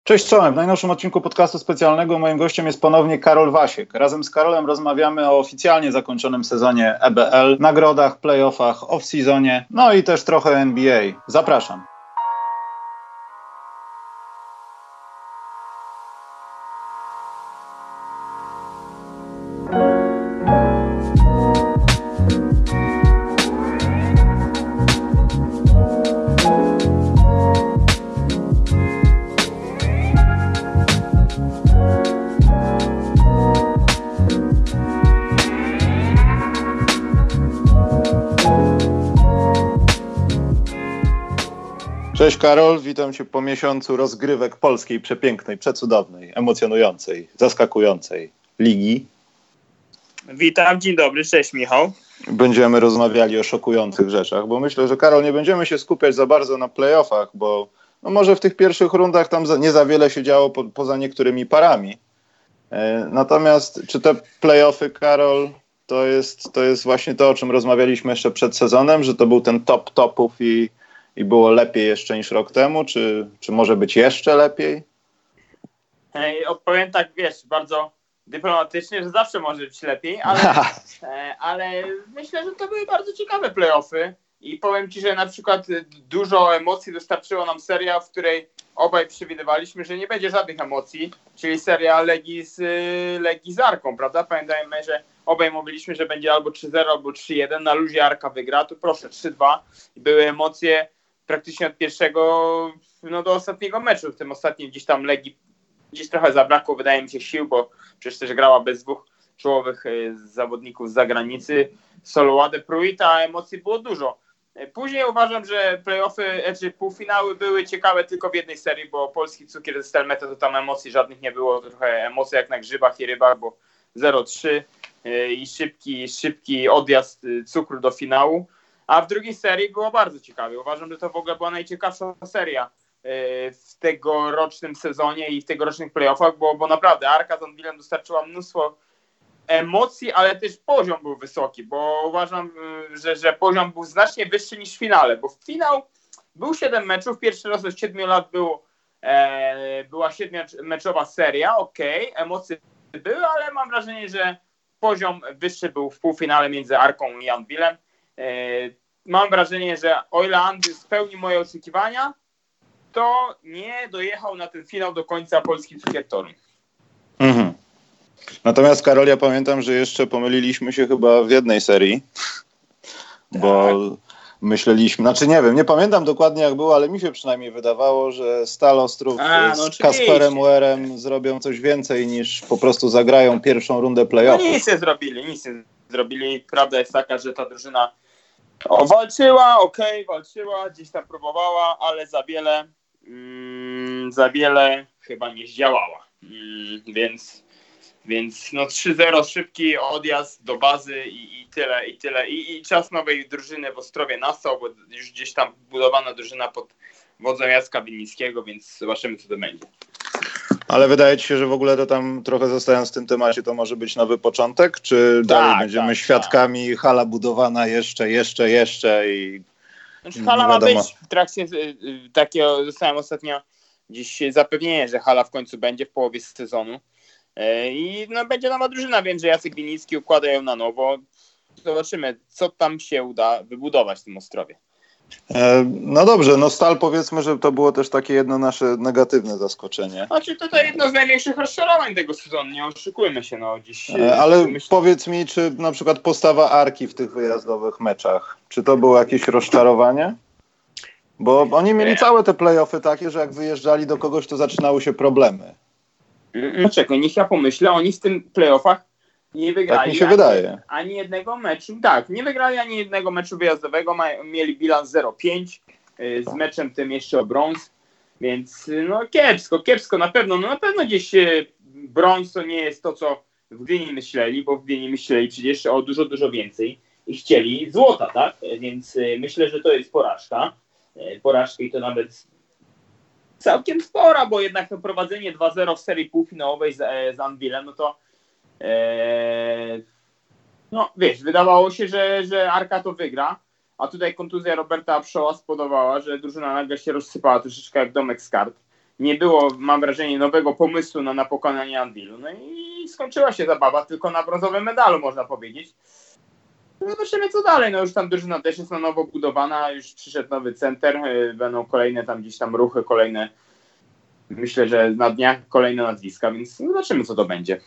Cześć czołem, w najnowszym odcinku podcastu specjalnego moim gościem jest ponownie Karol Wasiek. Razem z Karolem rozmawiamy o oficjalnie zakończonym sezonie EBL, nagrodach, playoffach, off-seasonie, no i też trochę NBA. Zapraszam. Cześć Karol, witam Cię po miesiącu rozgrywek polskiej, przepięknej, przecudownej, emocjonującej, zaskakującej ligi. Witam, dzień dobry, cześć Michał. Będziemy rozmawiali o szokujących rzeczach, bo myślę, że Karol, nie będziemy się skupiać za bardzo na playoffach, bo może w tych pierwszych rundach tam nie za wiele się działo poza niektórymi parami. Natomiast czy te playoffy, Karol, to jest właśnie to, o czym rozmawialiśmy jeszcze przed sezonem, że to był ten top topów i było lepiej jeszcze niż rok temu, czy może być jeszcze lepiej? Odpowiem tak, bardzo dyplomatycznie, że zawsze może być lepiej, ale myślę, że to były bardzo ciekawe play-offy i powiem Ci, że na przykład dużo emocji dostarczyła nam seria, w której obaj przewidywaliśmy, że nie będzie żadnych emocji, czyli seria Legii z Arką, prawda? Pamiętajmy, że obaj mówiliśmy, że będzie albo 3-0, albo 3-1, na luzie Arka wygra, tu proszę 3-2 i były emocje praktycznie od pierwszego do ostatniego meczu. W tym ostatnim gdzieś tam Legii gdzieś trochę zabrakło, wydaje mi się, sił, bo przecież też grała bez dwóch czołowych zawodników z zagranicy. Solołade, Pruita, a emocji było dużo. Później uważam, że playoffy, półfinały były ciekawe tylko w jednej serii, bo polski cukier ze Stelmeta to tam emocji żadnych nie było. Trochę emocji jak na grzybach i rybach, bo 0-3 i szybki odjazd cukru do finału. A w drugiej serii było bardzo ciekawie. Uważam, że to w ogóle była najciekawsza seria w tegorocznym sezonie i w tegorocznych playoffach, bo naprawdę Arka z Anwilem dostarczyła mnóstwo emocji, ale też poziom był wysoki, bo uważam, że poziom był znacznie wyższy niż w finale, bo w finał był 7 meczów, pierwszy raz od 7 lat była 7-meczowa seria, emocje były, ale mam wrażenie, że poziom wyższy był w półfinale między Arką i Anwilem. Mam wrażenie, że o ile Anwil spełnił moje oczekiwania, to nie dojechał na ten finał do końca polski cukier Toruń. Mhm. Natomiast Karol, ja pamiętam, że jeszcze pomyliliśmy się chyba w jednej serii, bo myśleliśmy, nie pamiętam dokładnie jak było, ale mi się przynajmniej wydawało, że Stal Ostrów z Kasperem Uerem zrobią coś więcej niż po prostu zagrają pierwszą rundę playoffów. Nic nie zrobili. Prawda jest taka, że ta drużyna walczyła, gdzieś tam próbowała, ale za wiele chyba nie zdziałała. Więc 3-0, szybki odjazd do bazy i tyle. I czas nowej drużyny w Ostrowie nastał, bo już gdzieś tam budowana drużyna pod wodzą Jacka Winnickiego, więc zobaczymy, co to będzie. Ale wydaje Ci się, że w ogóle to tam trochę zostając w tym temacie, to może być nowy początek? Czy dalej będziemy świadkami hala budowana jeszcze i... Hala ma być w trakcie takiego, dostałem ostatnio dziś zapewnienie, że hala w końcu będzie w połowie sezonu i będzie nowa drużyna. Wiem, że Jacek Winnicki układa ją na nowo. Zobaczymy, co tam się uda wybudować w tym Ostrowie. No dobrze, Stal powiedzmy, że to było też takie jedno nasze negatywne zaskoczenie. To jedno z największych rozczarowań tego sezonu, nie oszukujmy się dziś. Ale powiedz mi, czy na przykład postawa Arki w tych wyjazdowych meczach, czy to było jakieś rozczarowanie? Bo oni mieli całe te play-offy takie, że jak wyjeżdżali do kogoś, to zaczynały się problemy. Czekaj, niech ja pomyślę, oni w tym play-offach nie wygrali. Tak mi się wydaje. Ani jednego meczu. Tak, nie wygrali ani jednego meczu wyjazdowego. Mieli bilans 0-5 z meczem tym jeszcze o brąz. Więc kiepsko. Na pewno gdzieś brąz to nie jest to, co w Gdyni myśleli, bo w Gdyni myśleli przecież o dużo więcej i chcieli złota, tak? Więc myślę, że to jest porażka. Porażka i to nawet całkiem spora, bo jednak prowadzenie 2-0 w serii półfinałowej z Anwilem, wydawało się, że Arka to wygra, a tutaj kontuzja Roberta Pszoła spowodowała, że drużyna nagle się rozsypała troszeczkę jak domek z kart nie było, mam wrażenie, nowego pomysłu na pokonanie Anwilu. No i skończyła się zabawa tylko na brązowym medalu, można powiedzieć. No zobaczymy co dalej, no już tam drużyna też jest na nowo budowana, już przyszedł nowy center, będą kolejne tam gdzieś tam ruchy, kolejne, myślę, że na dniach kolejne nazwiska, więc zobaczymy co to będzie.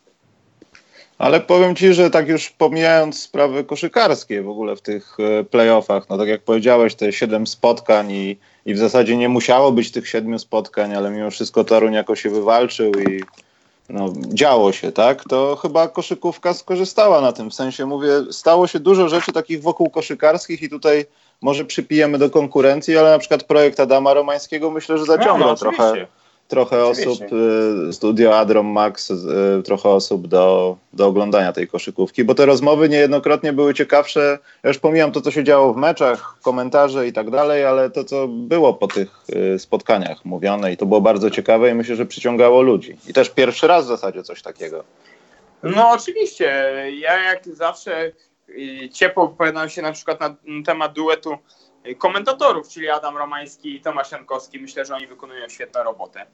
Ale powiem Ci, że tak już pomijając sprawy koszykarskie w ogóle w tych playoffach, no tak jak powiedziałeś, te 7 spotkań i w zasadzie nie musiało być tych 7 spotkań, ale mimo wszystko Toruń jakoś się wywalczył i no, działo się, tak? To chyba koszykówka skorzystała na tym. W sensie mówię, stało się dużo rzeczy takich wokół koszykarskich i tutaj może przypijemy do konkurencji, ale na przykład projekt Adama Romańskiego myślę, że zaciągnął trochę osób, studio Adrom Max, trochę osób do oglądania tej koszykówki, bo te rozmowy niejednokrotnie były ciekawsze. Ja już pomijam to, co się działo w meczach, komentarze i tak dalej, ale to, co było po tych spotkaniach mówione i to było bardzo ciekawe i myślę, że przyciągało ludzi. I też pierwszy raz w zasadzie coś takiego. No oczywiście. Ja jak zawsze ciepło wypowiadam się na przykład na temat duetu komentatorów, czyli Adam Romański i Tomasz Jankowski. Myślę, że oni wykonują świetną robotę.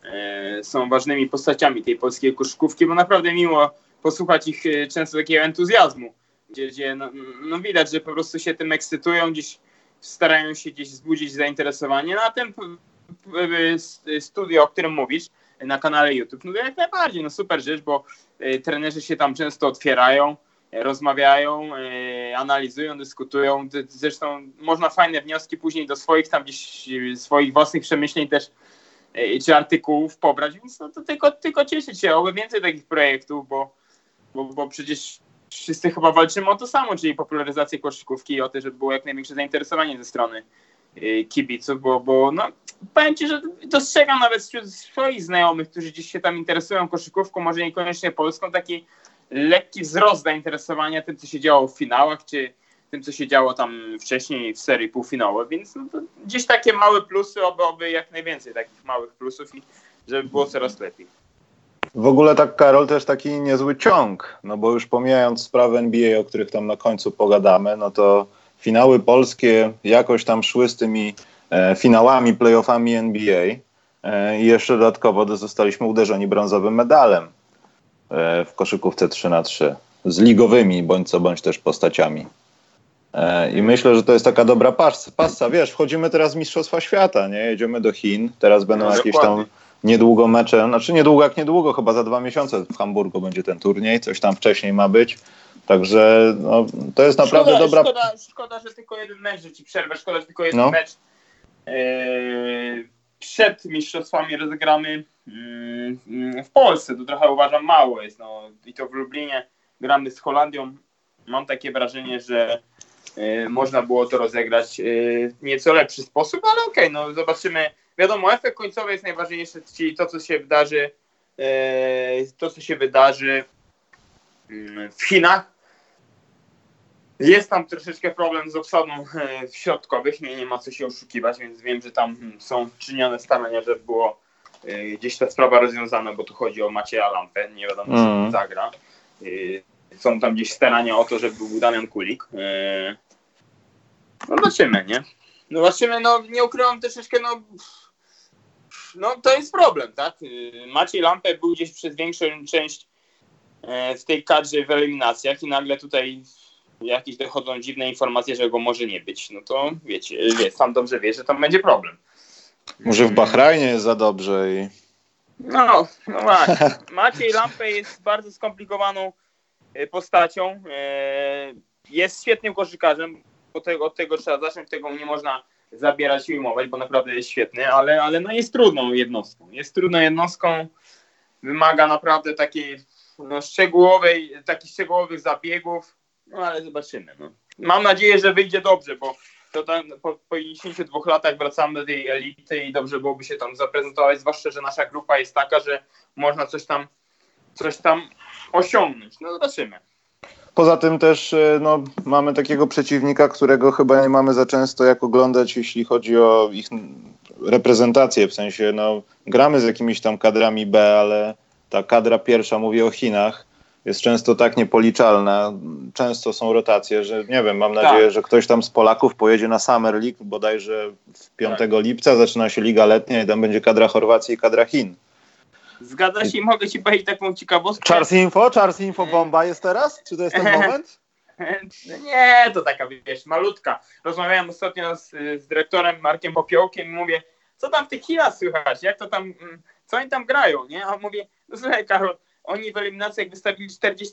Są ważnymi postaciami tej polskiej koszykówki, bo naprawdę miło posłuchać ich często takiego entuzjazmu, gdzie no widać, że po prostu się tym ekscytują, gdzieś starają się gdzieś wzbudzić zainteresowanie. No a ten studio, o którym mówisz, na kanale YouTube, no to jak najbardziej, no super rzecz, bo trenerzy się tam często otwierają, rozmawiają, analizują, dyskutują. Zresztą można fajne wnioski później do swoich tam gdzieś swoich własnych przemyśleń też czy artykułów pobrać, więc no to tylko cieszyć się. Oby więcej takich projektów, bo przecież wszyscy chyba walczymy o to samo, czyli popularyzację koszykówki i o to, żeby było jak największe zainteresowanie ze strony kibiców, bo no, powiem Ci, że dostrzegam nawet wśród swoich znajomych, którzy gdzieś się tam interesują koszykówką, może niekoniecznie polską, taki lekki wzrost zainteresowania tym, co się działo w finałach, czy tym, co się działo tam wcześniej w serii półfinałowej, więc no to gdzieś takie małe plusy, oby jak najwięcej takich małych plusów i żeby było coraz lepiej. W ogóle tak, Karol, też taki niezły ciąg, no bo już pomijając sprawy NBA, o których tam na końcu pogadamy, no to finały polskie jakoś tam szły z tymi finałami, playoffami NBA i jeszcze dodatkowo zostaliśmy uderzeni brązowym medalem w koszykówce 3x3 z ligowymi bądź co bądź też postaciami. I myślę, że to jest taka dobra passa. Wiesz, wchodzimy teraz w Mistrzostwa Świata, nie? Jedziemy do Chin, teraz będą jakieś tam niedługo mecze, znaczy niedługo, chyba za 2 miesiące w Hamburgu będzie ten turniej, coś tam wcześniej ma być. Także no, to jest naprawdę dobra... Szkoda, że tylko jeden mecz, że ci przerwę, szkoda, że tylko jeden mecz przed mistrzostwami rozegramy w Polsce. To trochę uważam mało jest. No, i to w Lublinie gramy z Holandią. Mam takie wrażenie, że można było to rozegrać w nieco lepszy sposób, ale okej, no zobaczymy. Wiadomo, efekt końcowy jest najważniejszy, czyli to, co się wydarzy w Chinach. Jest tam troszeczkę problem z obsadą w środkowych, nie ma co się oszukiwać, więc wiem, że tam są czynione starania, żeby było gdzieś ta sprawa rozwiązana, bo tu chodzi o Macieja Lampę, nie wiadomo, czy on zagra. Są tam gdzieś starania o to, żeby był Damian Kulik. No zobaczymy, nie? Zobaczymy, no nie ukrywam troszeczkę, no to jest problem, tak? Maciej Lampę był gdzieś przez większą część w tej kadrze w eliminacjach i nagle tutaj jakieś dochodzą dziwne informacje, że go może nie być. No to wiecie, sam dobrze wie, że tam będzie problem. Może w Bahrajnie jest za dobrze i... No właśnie. Maciej Lampę jest bardzo skomplikowaną postacią. Jest świetnym koszykarzem, bo od tego trzeba zacząć, tego nie można zabierać i ujmować, bo naprawdę jest świetny, ale no jest trudną jednostką. Jest trudną jednostką, wymaga naprawdę takich szczegółowych zabiegów, no ale zobaczymy. No. Mam nadzieję, że wyjdzie dobrze, bo to tam, po 52 latach wracamy do tej elity i dobrze byłoby się tam zaprezentować, zwłaszcza, że nasza grupa jest taka, że można coś tam osiągnąć. No zobaczymy. Poza tym też no, mamy takiego przeciwnika, którego chyba nie mamy za często jak oglądać, jeśli chodzi o ich reprezentację. W sensie no, gramy z jakimiś tam kadrami B, ale ta kadra pierwsza, mówię o Chinach, jest często tak niepoliczalna, często są rotacje, że nie wiem, mam nadzieję, że ktoś tam z Polaków pojedzie na Summer League, bodajże 5 lipca zaczyna się Liga Letnia i tam będzie kadra Chorwacji i kadra Chin. Zgadza się i mogę ci powiedzieć taką ciekawostkę. Charles Info bomba jest teraz? Czy to jest ten moment? Nie, to taka, wiesz, malutka. Rozmawiałem ostatnio z dyrektorem Markiem Popiołkiem i mówię, co tam w tych Chinach słychać, jak to tam, co oni tam grają, nie? A on mówi, no słuchaj Karol, oni w eliminacjach wystawili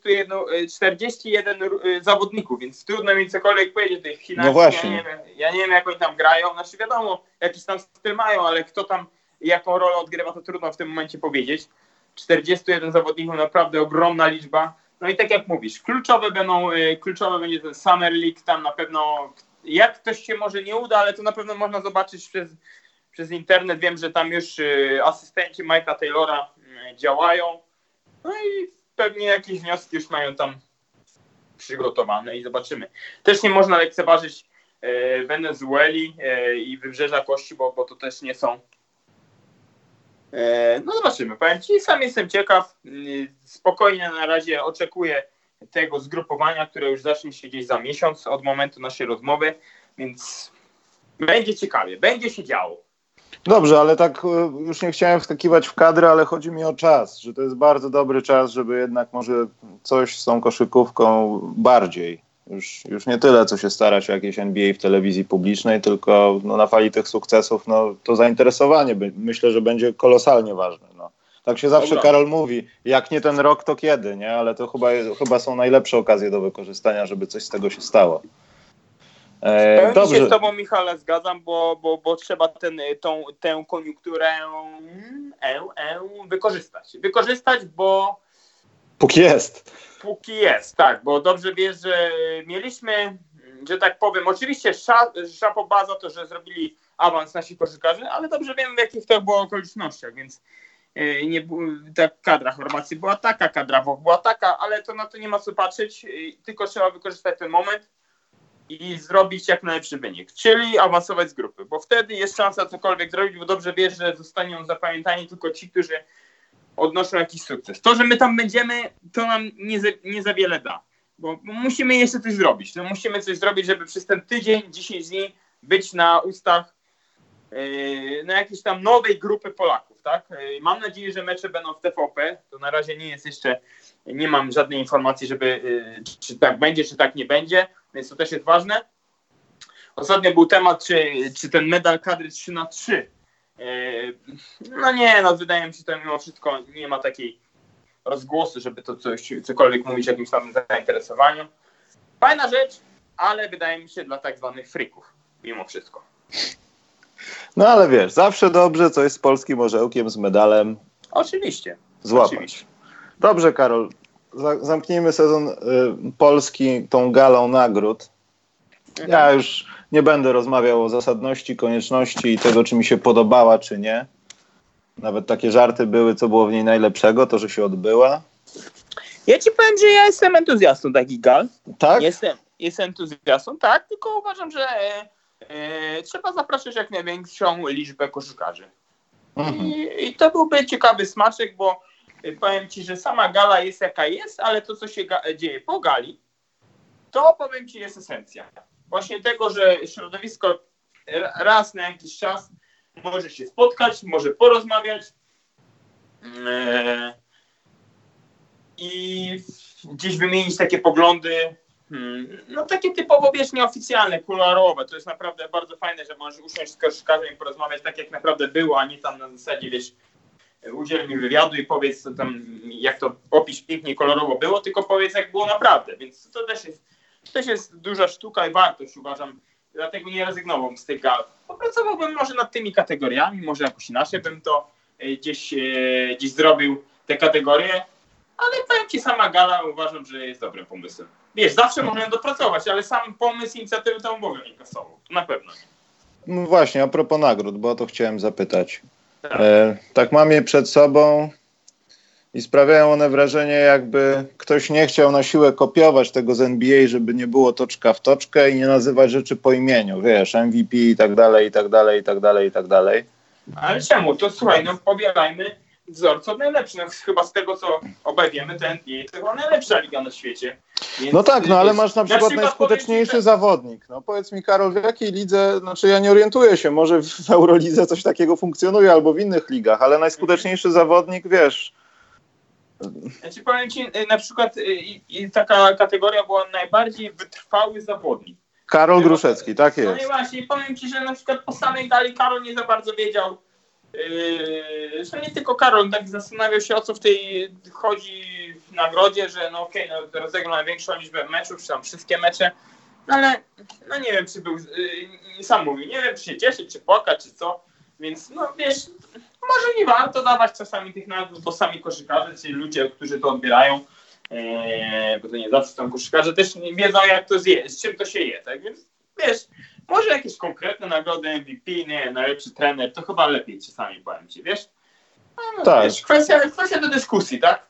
41 zawodników, więc trudno mi cokolwiek powiedzieć o tych Chinach. No właśnie. Ja nie wiem, jak oni tam grają. Znaczy wiadomo, jakiś tam styl mają, ale kto tam jaką rolę odgrywa, to trudno w tym momencie powiedzieć. 41 zawodników, naprawdę ogromna liczba. No i tak jak mówisz, kluczowe będzie ten Summer League, tam na pewno, jak ktoś się może nie uda, ale to na pewno można zobaczyć przez internet. Wiem, że tam już asystenci Mike'a Taylora działają. No i pewnie jakieś wnioski już mają tam przygotowane i zobaczymy. Też nie można lekceważyć Wenezueli i Wybrzeża Kości, bo to też nie są. No zobaczymy. Powiem ci, sam jestem ciekaw. Spokojnie na razie oczekuję tego zgrupowania, które już zacznie się gdzieś za miesiąc od momentu naszej rozmowy, więc będzie ciekawie, będzie się działo. Dobrze, ale tak już nie chciałem wskakiwać w kadrę, ale chodzi mi o czas, że to jest bardzo dobry czas, żeby jednak może coś z tą koszykówką bardziej. Już nie tyle, co się starać o jakieś NBA w telewizji publicznej, tylko na fali tych sukcesów, to zainteresowanie myślę, że będzie kolosalnie ważne. Tak się zawsze, Karol, mówi, jak nie ten rok, to kiedy, nie? Ale to chyba są najlepsze okazje do wykorzystania, żeby coś z tego się stało. Dobrze. Się z tobą, Michale, zgadzam, bo trzeba tę koniunkturę wykorzystać. Wykorzystać, Póki jest, tak, bo dobrze wiesz, że mieliśmy, że tak powiem, oczywiście szapoba za to, że zrobili awans nasi koszykarze, ale dobrze wiemy, w jakich to było okolicznościach, więc ta kadra Chorwacji była taka, kadra Włoch była taka, ale to na to nie ma co patrzeć, tylko trzeba wykorzystać ten moment i zrobić jak najlepszy wynik, czyli awansować z grupy, bo wtedy jest szansa cokolwiek zrobić, bo dobrze wiesz, że zostaną zapamiętani tylko ci, którzy odnoszą jakiś sukces. To, że my tam będziemy, to nam nie za wiele da, bo musimy jeszcze coś zrobić. Musimy coś zrobić, żeby przez ten tydzień, 10 dni być na ustach na jakiejś tam nowej grupy Polaków, tak? Mam nadzieję, że mecze będą w TVP, to na razie nie jest jeszcze, nie mam żadnej informacji, czy tak będzie, czy tak nie będzie, więc to też jest ważne. Ostatnio był temat, czy ten medal kadry 3x3. Wydaje mi się, że to mimo wszystko nie ma takiej rozgłosu, żeby to cokolwiek mówić o jakimś tam zainteresowaniu. Fajna rzecz, ale wydaje mi się dla tak zwanych frików, mimo wszystko. No ale wiesz, zawsze dobrze coś z polskim orzełkiem, z medalem. Oczywiście. Złapać. Oczywiście. Dobrze, Karol, zamknijmy sezon polski tą galą nagród. Ja już nie będę rozmawiał o zasadności, konieczności i tego, czy mi się podobała, czy nie. Nawet takie żarty były, co było w niej najlepszego, to, że się odbyła. Ja ci powiem, że ja jestem entuzjastą takich gal. Tak? Jestem entuzjastą, tak, tylko uważam, że trzeba zapraszać jak największą liczbę koszykarzy. I to byłby ciekawy smaczek, bo powiem ci, że sama gala jest jaka jest, ale to, co się dzieje po gali, to powiem ci jest esencja. Właśnie tego, że środowisko raz na jakiś czas może się spotkać, może porozmawiać i gdzieś wymienić takie poglądy, takie typowo, wiesz, nieoficjalne, kuluarowe. To jest naprawdę bardzo fajne, że możesz usiąść z koszykarzem i porozmawiać tak, jak naprawdę było, a nie tam na zasadzie, wiesz, udziel mi wywiadu i powiedz, co tam, jak to opisz pięknie i kolorowo było, tylko powiedz, jak było naprawdę. Więc to też jest duża sztuka i wartość, uważam. Dlatego nie rezygnowałbym z tych gal. Popracowałbym może nad tymi kategoriami, może jakoś inaczej bym to gdzieś zrobił, te kategorie, ale powiem ci, sama gala uważam, że jest dobrym pomysłem. Wiesz, zawsze można dopracować, ale sam pomysł, inicjatywy to w ogóle nie kasował. To na pewno nie. No właśnie, a propos nagród, bo o to chciałem zapytać. Tak mam je przed sobą i sprawiają one wrażenie, jakby ktoś nie chciał na siłę kopiować tego z NBA, żeby nie było toczka w toczkę i nie nazywać rzeczy po imieniu, wiesz, MVP i tak dalej, i tak dalej, i tak dalej, i tak dalej. Ale czemu? To słuchaj, pobierajmy wzorców najlepszy. No, chyba z tego, co obaj wiemy, to NBA to chyba najlepsza liga na świecie. Więc, no tak, no ale masz na przykład najskuteczniejszy zawodnik. No powiedz mi, Karol, w jakiej lidze, znaczy ja nie orientuję się, może w Eurolidze coś takiego funkcjonuje albo w innych ligach, ale najskuteczniejszy zawodnik, wiesz... Znaczy powiem ci, na przykład taka kategoria była najbardziej wytrwały zawodnik. Karol Gruszecki, tak jest. No i właśnie, powiem ci, że na przykład po samej gali Karol nie za bardzo wiedział, że nie tylko Karol tak zastanawiał się, o co w tej chodzi w nagrodzie, że no okej, no rozegrał największą liczbę meczów, czy tam wszystkie mecze, no ale no nie wiem, czy był, sam mówił, nie wiem, czy się cieszyć, czy płakać, czy co, więc no wiesz, może nie warto dawać czasami tych nagród, bo sami koszykarze, czyli ludzie, którzy to odbierają, bo to nie zawsze są koszykarze, też nie wiedzą, jak to zje, z czym to się je, tak więc wiesz, może jakieś konkretne nagrody MVP, nie, najlepszy trener, to chyba lepiej czasami, powiem ci, wiesz? No, tak. Wiesz, kwestia do dyskusji, tak?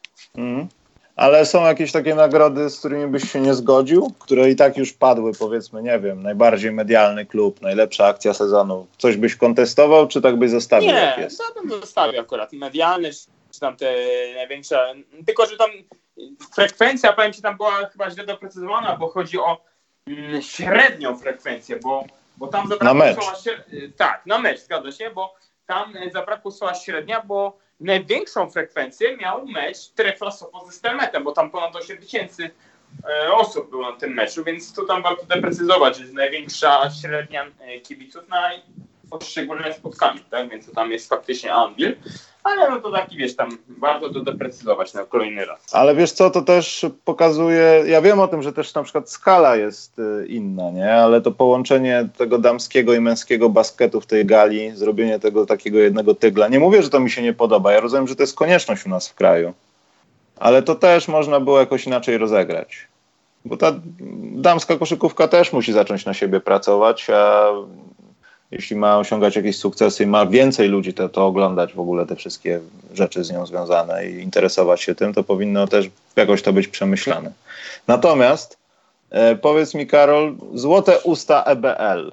Ale są jakieś takie nagrody, z którymi byś się nie zgodził, które i tak już padły, powiedzmy, nie wiem, najbardziej medialny klub, najlepsza akcja sezonu. Coś byś kontestował, czy tak byś zostawił, jak jest? Nie, to bym zostawił akurat. Medialny, czy tam te największe, tylko że tam frekwencja, powiem ci, tam była chyba źle doprecyzowana, bo chodzi o średnią frekwencję, bo tam zabrakło słowa tak, na mecz, zgadza się, bo tam zabrakło słowa średnia, bo największą frekwencję miał mecz Trefla-Sopot ze Stelmetem, bo tam ponad 8,000 osób było na tym meczu, więc tu tam warto doprecyzować, że jest największa średnia kibiców na poszczególne spotkania, tak, więc to tam jest faktycznie Anvil, ale no to taki, wiesz, tam warto to doprecyzować na kolejny raz. Ale wiesz co, to też pokazuje, ja wiem o tym, że też na przykład skala jest inna, nie, ale to połączenie tego damskiego i męskiego basketu w tej gali, zrobienie tego takiego jednego tygla, nie mówię, że to mi się nie podoba, ja rozumiem, że to jest konieczność u nas w kraju, ale to też można było jakoś inaczej rozegrać, bo ta damska koszykówka też musi zacząć na siebie pracować, a jeśli ma osiągać jakieś sukcesy i ma więcej ludzi to oglądać w ogóle te wszystkie rzeczy z nią związane i interesować się tym, to powinno też jakoś to być przemyślane. Natomiast powiedz mi, Karol, złote usta EBL.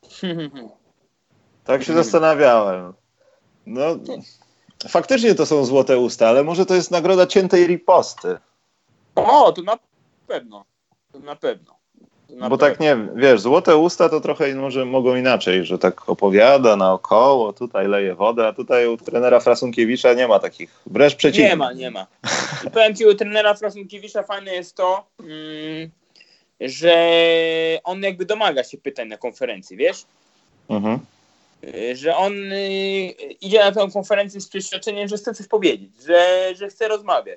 Tak się zastanawiałem. No, faktycznie to są złote usta, ale może to jest nagroda ciętej riposty. O, to na pewno. To na pewno. Bo tak nie, wiesz, złote usta to trochę może mogą inaczej, że tak opowiada naokoło, tutaj leje wodę, a tutaj u trenera Frasunkiewicza nie ma takich, wręcz przeciwnie. Nie ma. I powiem ci, u trenera Frasunkiewicza fajne jest to, że on jakby domaga się pytań na konferencji, wiesz? Że on idzie na tę konferencję z przeświadczeniem, że chce coś powiedzieć, że chce rozmawiać,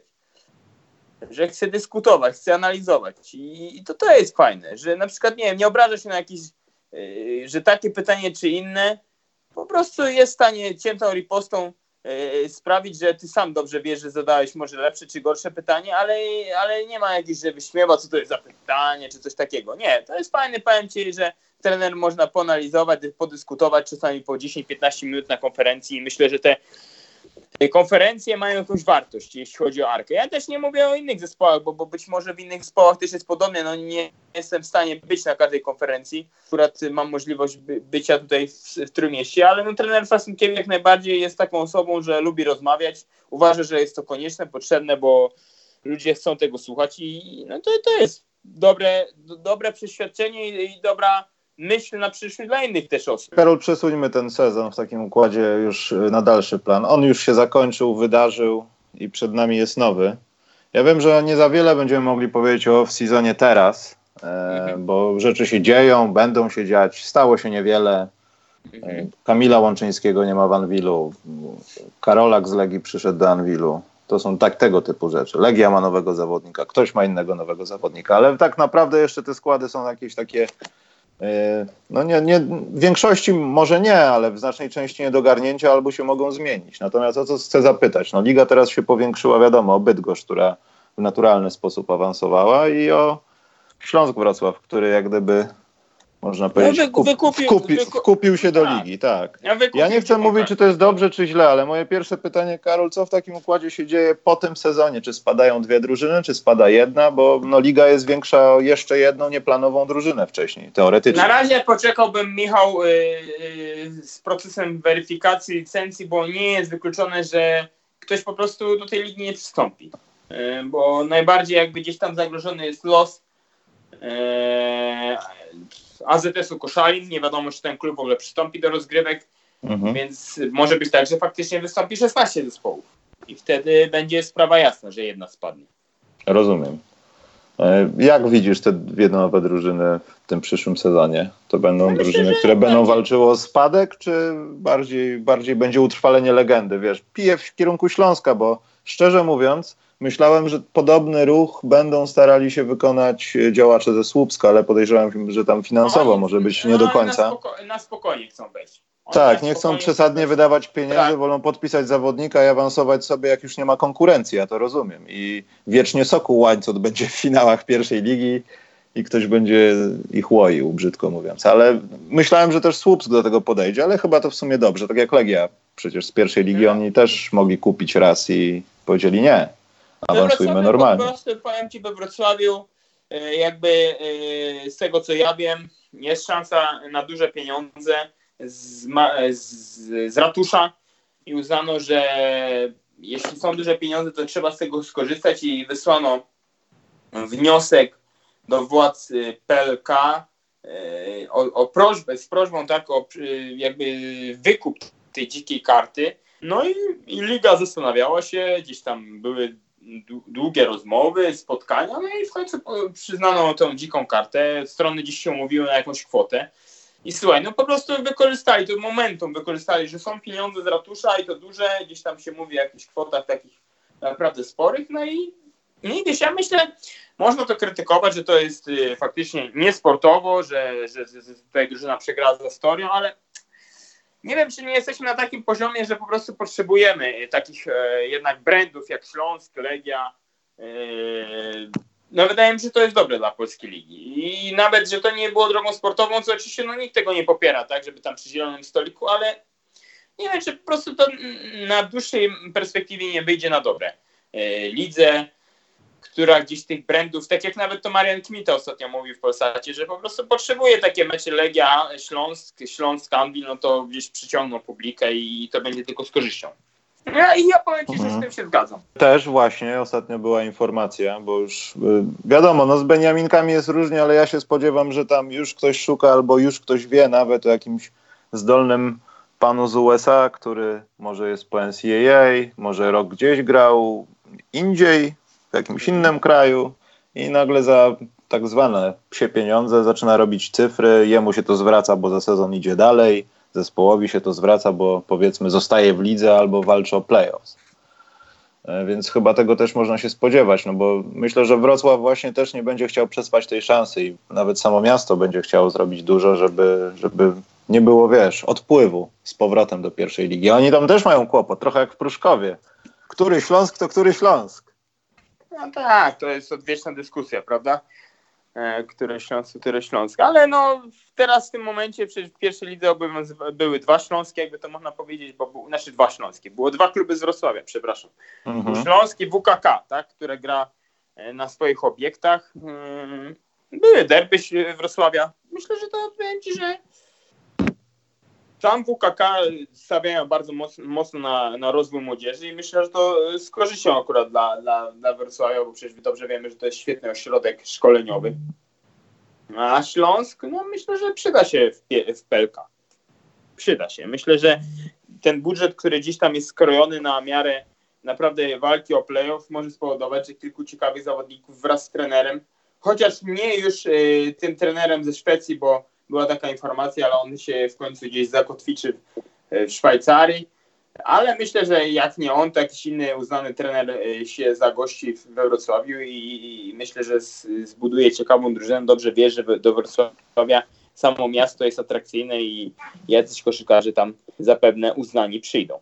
że chce dyskutować, chce analizować i to jest fajne, że na przykład nie obraża się na jakieś, że takie pytanie czy inne, po prostu jest w stanie ciętą ripostą sprawić, że ty sam dobrze wiesz, że zadałeś może lepsze czy gorsze pytanie, ale nie ma jakiejś, że wyśmiewa, co to jest za pytanie, czy coś takiego. Nie, to jest fajne, powiem ci, że trener można poanalizować, podyskutować czasami po 10-15 minut na konferencji i myślę, że te konferencje mają jakąś wartość, jeśli chodzi o Arkę. Ja też nie mówię o innych zespołach, bo być może w innych zespołach też jest podobnie. No nie jestem w stanie być na każdej konferencji. Akurat mam możliwość bycia tutaj w Trójmieście, ale no, trener Frasunkiewicz jak najbardziej jest taką osobą, że lubi rozmawiać. Uważa, że jest to konieczne, potrzebne, bo ludzie chcą tego słuchać i no to jest dobre przeświadczenie i dobra myśl na przyszłość dla innych też osób. Karol, przesuńmy ten sezon w takim układzie już na dalszy plan. On już się zakończył, wydarzył i przed nami jest nowy. Ja wiem, że nie za wiele będziemy mogli powiedzieć o off-seasonie teraz, bo rzeczy się dzieją, będą się dziać, stało się niewiele. Kamila Łączyńskiego nie ma w Anwilu, Karolak z Legii przyszedł do Anwilu. To są tego typu rzeczy. Legia ma nowego zawodnika, ktoś ma innego nowego zawodnika, ale tak naprawdę jeszcze te składy są jakieś takie no nie, w większości może nie, ale w znacznej części nie do garnięcia albo się mogą zmienić. Natomiast o co chcę zapytać? No liga teraz się powiększyła, wiadomo, o Bydgoszcz, która w naturalny sposób awansowała i o Śląsk Wrocław, który jak gdyby Można powiedzieć, wkupił się do ligi, tak. Ja nie chcę mówić, czy to jest dobrze, czy źle, ale moje pierwsze pytanie, Karol, co w takim układzie się dzieje po tym sezonie? Czy spadają 2 drużyny, czy spada jedna? Bo liga jest większa o jeszcze jedną nieplanową drużynę wcześniej, teoretycznie. Na razie poczekałbym, Michał, z procesem weryfikacji licencji, bo nie jest wykluczone, że ktoś po prostu do tej ligi nie przystąpi. Bo najbardziej jakby gdzieś tam zagrożony jest los AZS-u Koszalin. Nie wiadomo, czy ten klub w ogóle przystąpi do rozgrywek, więc może być tak, że faktycznie wystąpi 16 zespołów i wtedy będzie sprawa jasna, że jedna spadnie. Rozumiem. Jak widzisz te 2 nowe drużyny w tym przyszłym sezonie? To będą drużyny, które będą walczyły o spadek, czy bardziej będzie utrwalenie legendy? Wiesz, piję w kierunku Śląska, bo szczerze mówiąc, myślałem, że podobny ruch będą starali się wykonać działacze ze Słupska, ale podejrzewam, że tam finansowo może być nie do końca. Na spokojnie chcą wejść. Tak, nie chcą przesadnie wydawać pieniędzy, wolą podpisać zawodnika i awansować sobie, jak już nie ma konkurencji, ja to rozumiem. I wiecznie Sokół Łańcut będzie w finałach pierwszej ligi i ktoś będzie ich łoił, brzydko mówiąc. Ale myślałem, że też Słupsk do tego podejdzie, ale chyba to w sumie dobrze. Tak jak Legia przecież z pierwszej ligi, oni też mogli kupić raz i powiedzieli nie, awansujmy normalnie. Po prostu powiem Ci, we Wrocławiu jakby z tego, co ja wiem, jest szansa na duże pieniądze z ratusza i uznano, że jeśli są duże pieniądze, to trzeba z tego skorzystać i wysłano wniosek do władz PLK o prośbę, z prośbą tak, o jakby wykup tej dzikiej karty. No i liga zastanawiała się, gdzieś tam były długie rozmowy, spotkania, no i w końcu przyznano tą dziką kartę, strony dziś się umówiły na jakąś kwotę. I słuchaj, no po prostu wykorzystali, to momentum wykorzystali, że są pieniądze z ratusza i to duże, gdzieś tam się mówi o jakichś kwotach takich naprawdę sporych, no i wiesz, ja myślę, można to krytykować, że to jest faktycznie niesportowo, że tutaj drużyna przegrała z Astorią, ale nie wiem, czy nie jesteśmy na takim poziomie, że po prostu potrzebujemy takich jednak brandów jak Śląsk, Legia. No wydaje mi się, że to jest dobre dla polskiej ligi. I nawet, że to nie było drogą sportową, co oczywiście nikt tego nie popiera, tak, żeby tam przy zielonym stoliku, ale nie wiem, czy po prostu to na dłuższej perspektywie nie wyjdzie na dobre. Lidze, która gdzieś tych brandów, tak jak nawet to Marian Kmita ostatnio mówił w Polsacie, że po prostu potrzebuje takie mecze Legia, Śląsk, Anwil, no to gdzieś przyciągną publikę i to będzie tylko z korzyścią. Ja powiem Ci, że z tym się zgadzam. Też właśnie ostatnio była informacja, bo już wiadomo, no z Beniaminkami jest różnie, ale ja się spodziewam, że tam już ktoś szuka albo już ktoś wie nawet o jakimś zdolnym panu z USA, który może jest po NCAA, może rok gdzieś grał indziej, w jakimś innym kraju i nagle za tak zwane psie pieniądze zaczyna robić cyfry, jemu się to zwraca, bo za sezon idzie dalej, zespołowi się to zwraca, bo powiedzmy zostaje w lidze albo walczy o playoffs. Więc chyba tego też można się spodziewać, no bo myślę, że Wrocław właśnie też nie będzie chciał przespać tej szansy i nawet samo miasto będzie chciało zrobić dużo, żeby nie było, wiesz, odpływu z powrotem do pierwszej ligi. Oni tam też mają kłopot, trochę jak w Pruszkowie. Który Śląsk to który Śląsk? No tak, to jest odwieczna dyskusja, prawda? Które Śląsk. Ale no teraz w tym momencie przecież w pierwszej lidze były 2 śląskie, jakby to można powiedzieć, znaczy 2 śląskie. Było 2 kluby z Wrocławia, przepraszam. Śląsk i WKK, tak, które gra na swoich obiektach. Były derby Wrocławia. Myślę, że to powiem Ci, że tam WKK stawiają bardzo mocno na rozwój młodzieży i myślę, że to z korzyścią akurat dla Wrocławia, bo przecież dobrze wiemy, że to jest świetny ośrodek szkoleniowy. A Śląsk, no myślę, że przyda się w PLK. Przyda się. Myślę, że ten budżet, który dziś tam jest skrojony na miarę naprawdę walki o playoff, może spowodować, że kilku ciekawych zawodników wraz z trenerem, chociaż nie już tym trenerem ze Szwecji, bo była taka informacja, ale on się w końcu gdzieś zakotwiczy w Szwajcarii. Ale myślę, że jak nie on, to jakiś inny uznany trener się zagości we Wrocławiu i myślę, że zbuduje ciekawą drużynę. Dobrze wie, że do Wrocławia samo miasto jest atrakcyjne i jacyś koszykarze tam zapewne uznani przyjdą.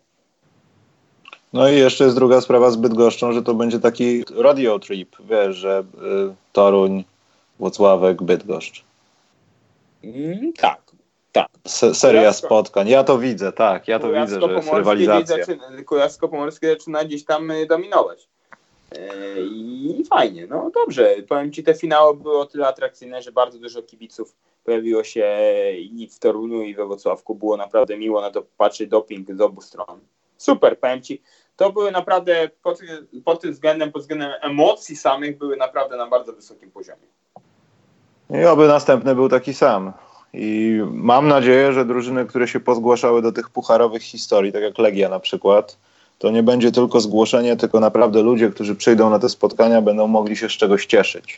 No i jeszcze jest druga sprawa z Bydgoszczą, że to będzie taki rodeo trip, wiesz, że Toruń, Włocławek, Bydgoszcz. Tak. Seria spotkań. Ja to widzę, tak. Ja to widzę, że jest rywalizacja. Kujawsko-Pomorskie zaczyna gdzieś tam dominować. I fajnie, no dobrze. Powiem Ci, te finały były o tyle atrakcyjne, że bardzo dużo kibiców pojawiło się i w Toruniu, i we Wrocławku. Było naprawdę miło na to patrzeć, doping z obu stron. Super, powiem Ci, to były naprawdę pod tym względem, pod względem emocji samych, były naprawdę na bardzo wysokim poziomie. I oby następny był taki sam. I mam nadzieję, że drużyny, które się pozgłaszały do tych pucharowych historii, tak jak Legia na przykład, to nie będzie tylko zgłoszenie, tylko naprawdę ludzie, którzy przyjdą na te spotkania, będą mogli się z czegoś cieszyć.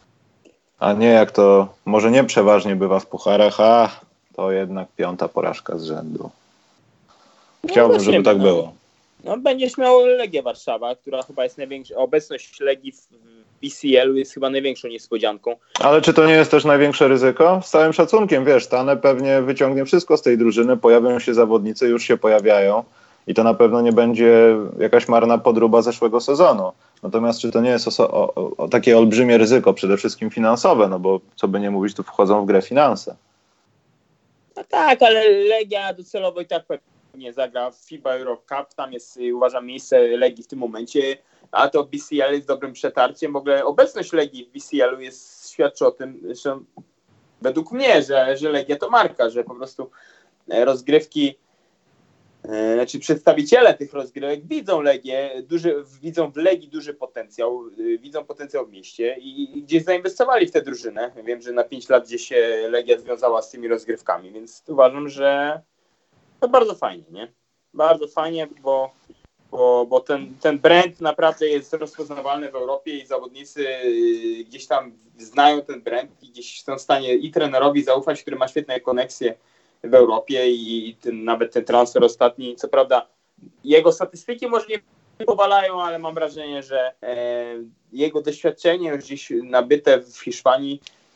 A nie jak to może nie przeważnie bywa w pucharach, a to jednak 5. porażka z rzędu. Chciałbym, żeby tak było. No, będziesz miał Legię Warszawa, która chyba jest największa. Obecność Legii w BCL-u jest chyba największą niespodzianką. Ale czy to nie jest też największe ryzyko? Z całym szacunkiem, wiesz, Tane pewnie wyciągnie wszystko z tej drużyny, pojawią się zawodnicy, już się pojawiają i to na pewno nie będzie jakaś marna podróba zeszłego sezonu. Natomiast czy to nie jest takie olbrzymie ryzyko, przede wszystkim finansowe, no bo co by nie mówić, tu wchodzą w grę finanse. No tak, ale Legia docelowo i tak nie zagra w FIBA Euro Cup, tam jest, uważam, miejsce Legii w tym momencie, a to BCL jest dobrym przetarciem. W ogóle obecność Legii w BCL-u świadczy o tym, że według mnie, że Legia to marka, że po prostu rozgrywki, znaczy przedstawiciele tych rozgrywek widzą w Legii duży potencjał, widzą potencjał w mieście i gdzieś zainwestowali w tę drużynę. Wiem, że na 5 lat gdzieś się Legia związała z tymi rozgrywkami, więc uważam, że to bardzo fajnie, nie? Bardzo fajnie, bo ten brand naprawdę jest rozpoznawalny w Europie i zawodnicy gdzieś tam znają ten brand i gdzieś są w stanie i trenerowi zaufać, który ma świetne koneksje w Europie i nawet ten transfer ostatni, co prawda jego statystyki może nie powalają, ale mam wrażenie, że jego doświadczenie już gdzieś nabyte w Hiszpanii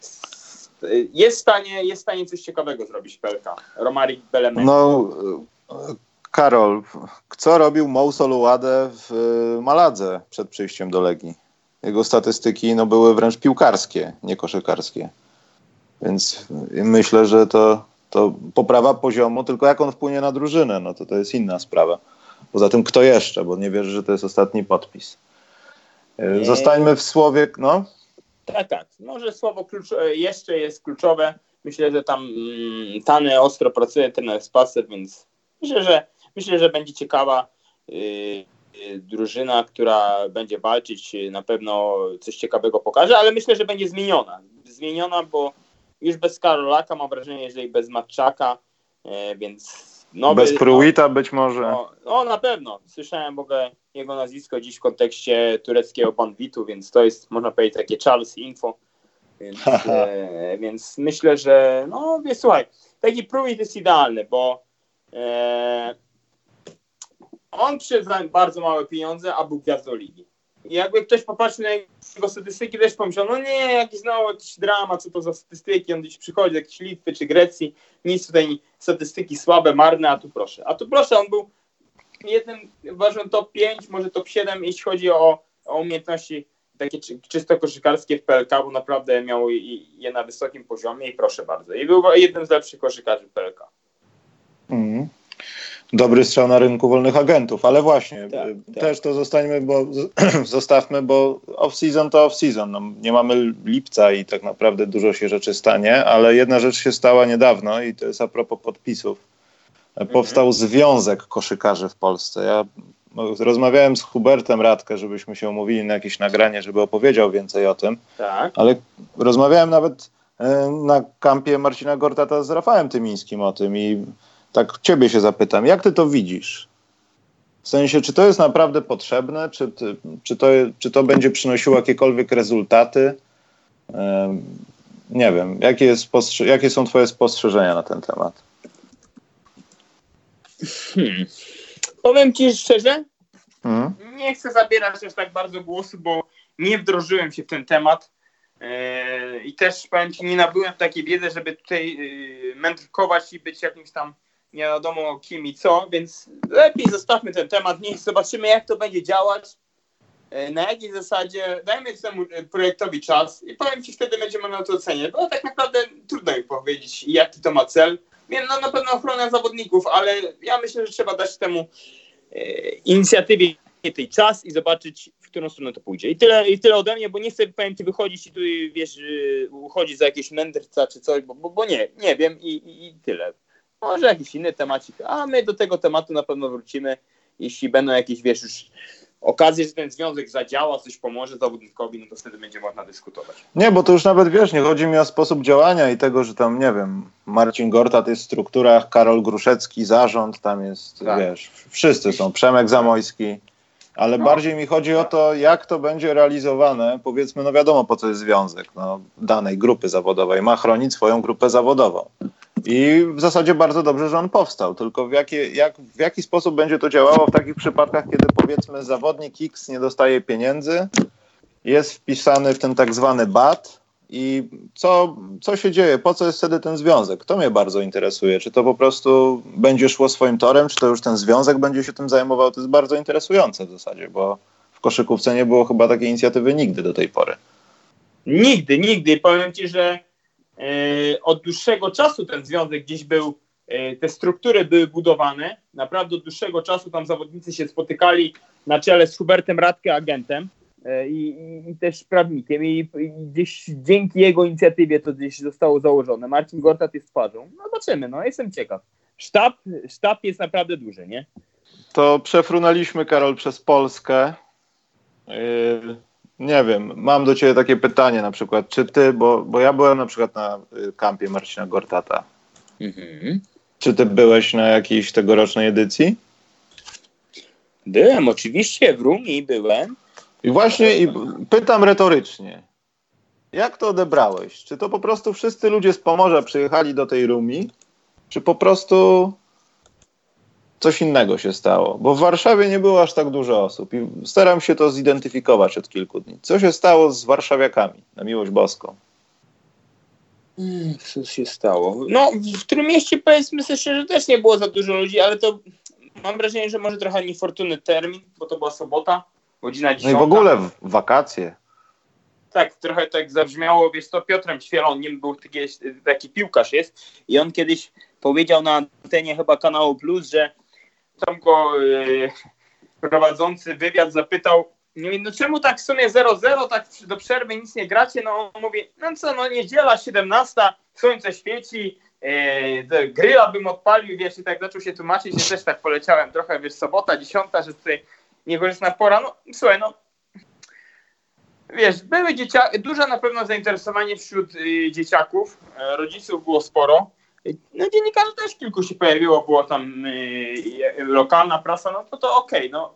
jest w stanie coś ciekawego zrobić w PLK. Romaric Belemen. No, Karol, co robił Moussa Louade w Maladze przed przyjściem do Legii? Jego statystyki były wręcz piłkarskie, nie koszykarskie. Więc myślę, że to poprawa poziomu, tylko jak on wpłynie na drużynę, no to jest inna sprawa. Poza tym kto jeszcze, bo nie wierzę, że to jest ostatni podpis. Zostańmy w słowie, no. Tak. Może słowo jeszcze jest kluczowe. Myślę, że tam Tane ostro pracuje, trener Spacer, więc myślę, że będzie ciekawa drużyna, która będzie walczyć, na pewno coś ciekawego pokaże, ale myślę, że będzie zmieniona, bo już bez Karolaka mam wrażenie, że i bez Matczaka, więc bez Pruita być może. Na pewno. Słyszałem w ogóle jego nazwisko dziś w kontekście tureckiego Banvitu, więc to jest, można powiedzieć, takie Charles Info. Więc myślę, że słuchaj, taki Pruitt jest idealny, bo on przyszedł za bardzo małe pieniądze, a był gwiazdą ligi. I jakby ktoś popatrzył na jego statystyki, też pomyślał, jakiś dramat, co to za statystyki, on gdzieś przychodzi z jakiejś Litwy czy Grecji, nic tutaj, statystyki słabe, marne, a tu proszę, on był uważam top 5, może top 7, jeśli chodzi o umiejętności takie czysto koszykarskie w PLK, bo naprawdę miał je na wysokim poziomie i proszę bardzo. I był jednym z lepszych koszykarzy w PLK. Dobry strzał na rynku wolnych agentów, ale właśnie, też to zostawmy, bo off-season to off-season. Nie mamy lipca i tak naprawdę dużo się rzeczy stanie, ale jedna rzecz się stała niedawno i to jest a propos podpisów. Powstał Związek Koszykarzy w Polsce. Ja rozmawiałem z Hubertem Radkę, żebyśmy się umówili na jakieś nagranie, żeby opowiedział więcej o tym, ale rozmawiałem nawet na kampie Marcina Gortata z Rafałem Tymińskim o tym i tak ciebie się zapytam, jak ty to widzisz? W sensie, czy to jest naprawdę potrzebne? Czy to będzie przynosiło jakiekolwiek rezultaty? Nie wiem. Jakie są twoje spostrzeżenia na ten temat? Powiem ci szczerze, nie chcę zabierać aż tak bardzo głosu, bo nie wdrożyłem się w ten temat i też powiem ci, nie nabyłem takiej wiedzy, żeby tutaj mędrkować i być jakimś tam nie wiadomo kim i co, więc lepiej zostawmy ten temat, niech zobaczymy jak to będzie działać na jakiej zasadzie dajmy temu projektowi czas i powiem Ci, wtedy będziemy na to oceniać, bo tak naprawdę trudno mi powiedzieć, jaki to ma cel. Wiem, no na pewno ochrona zawodników, ale ja myślę, że trzeba dać temu inicjatywie tej czas i zobaczyć, w którą stronę to pójdzie. I tyle ode mnie, bo nie chcę, powiem Ci, wychodzić i tu, wiesz, uchodzić za jakieś mędrca czy coś, bo nie wiem i tyle. Może jakiś inny temacik, a my do tego tematu na pewno wrócimy, jeśli będą jakieś, wiesz, już okazje, że ten związek zadziała, coś pomoże zawodnikowi, no to wtedy będzie można dyskutować. Nie, bo to już nawet, wiesz, nie chodzi mi o sposób działania i tego, że tam, nie wiem, Marcin Gortat jest w strukturach, Karol Gruszecki, zarząd, tam jest, tak. Wiesz, wszyscy są, Przemek Zamojski, ale bardziej mi chodzi o to, jak to będzie realizowane, powiedzmy, no wiadomo, po co jest związek, no, danej grupy zawodowej, ma chronić swoją grupę zawodową. I w zasadzie bardzo dobrze, że on powstał, tylko w jaki sposób będzie to działało w takich przypadkach, kiedy powiedzmy zawodnik X nie dostaje pieniędzy, jest wpisany w ten tak zwany BAT i co się dzieje, po co jest wtedy ten związek? To mnie bardzo interesuje, czy to po prostu będzie szło swoim torem, czy to już ten związek będzie się tym zajmował, to jest bardzo interesujące w zasadzie, bo w koszykówce nie było chyba takiej inicjatywy nigdy do tej pory. Nigdy. Powiem Ci, że od dłuższego czasu ten związek gdzieś był, te struktury były budowane, naprawdę od dłuższego czasu tam zawodnicy się spotykali na czele z Hubertem Radke, agentem i też prawnikiem i gdzieś dzięki jego inicjatywie to gdzieś zostało założone. Marcin Gortat jest twarzą. No zobaczymy, no jestem ciekaw. Sztab jest naprawdę duży, nie? To przefrunęliśmy, Karol, przez Polskę. Nie wiem, mam do Ciebie takie pytanie na przykład, czy Ty, bo ja byłem na przykład na kampie Marcina Gortata. Mhm. Czy Ty byłeś na jakiejś tegorocznej edycji? Byłem, oczywiście, w Rumii byłem. I właśnie pytam retorycznie, jak to odebrałeś? Czy to po prostu wszyscy ludzie z Pomorza przyjechali do tej Rumii, czy po prostu coś innego się stało? Bo w Warszawie nie było aż tak dużo osób i staram się to zidentyfikować od kilku dni. Co się stało z warszawiakami, na miłość boską? Co się stało? No, w którym mieście, powiedzmy sobie szczerze, też nie było za dużo ludzi, ale to mam wrażenie, że może trochę niefortunny termin, bo to była sobota, godzina 10. No i w ogóle wakacje. Tak, trochę tak zabrzmiało, wiesz co, Piotrem Świelonim był taki piłkarz jest i on kiedyś powiedział na antenie chyba kanału Plus, że tam go prowadzący wywiad zapytał, no czemu tak w sumie 0-0, tak do przerwy nic nie gracie? No on mówi, no co, no niedziela 17, słońce świeci, gryla bym odpalił, wiesz, i tak zaczął się tłumaczyć, że też tak poleciałem trochę, wiesz, sobota, 10, że tutaj niekorzystna pora, no słuchaj, no wiesz, były duże na pewno zainteresowanie wśród dzieciaków, rodziców było sporo. No dziennikarzy też kilku się pojawiło, było tam lokalna prasa, no to okej, no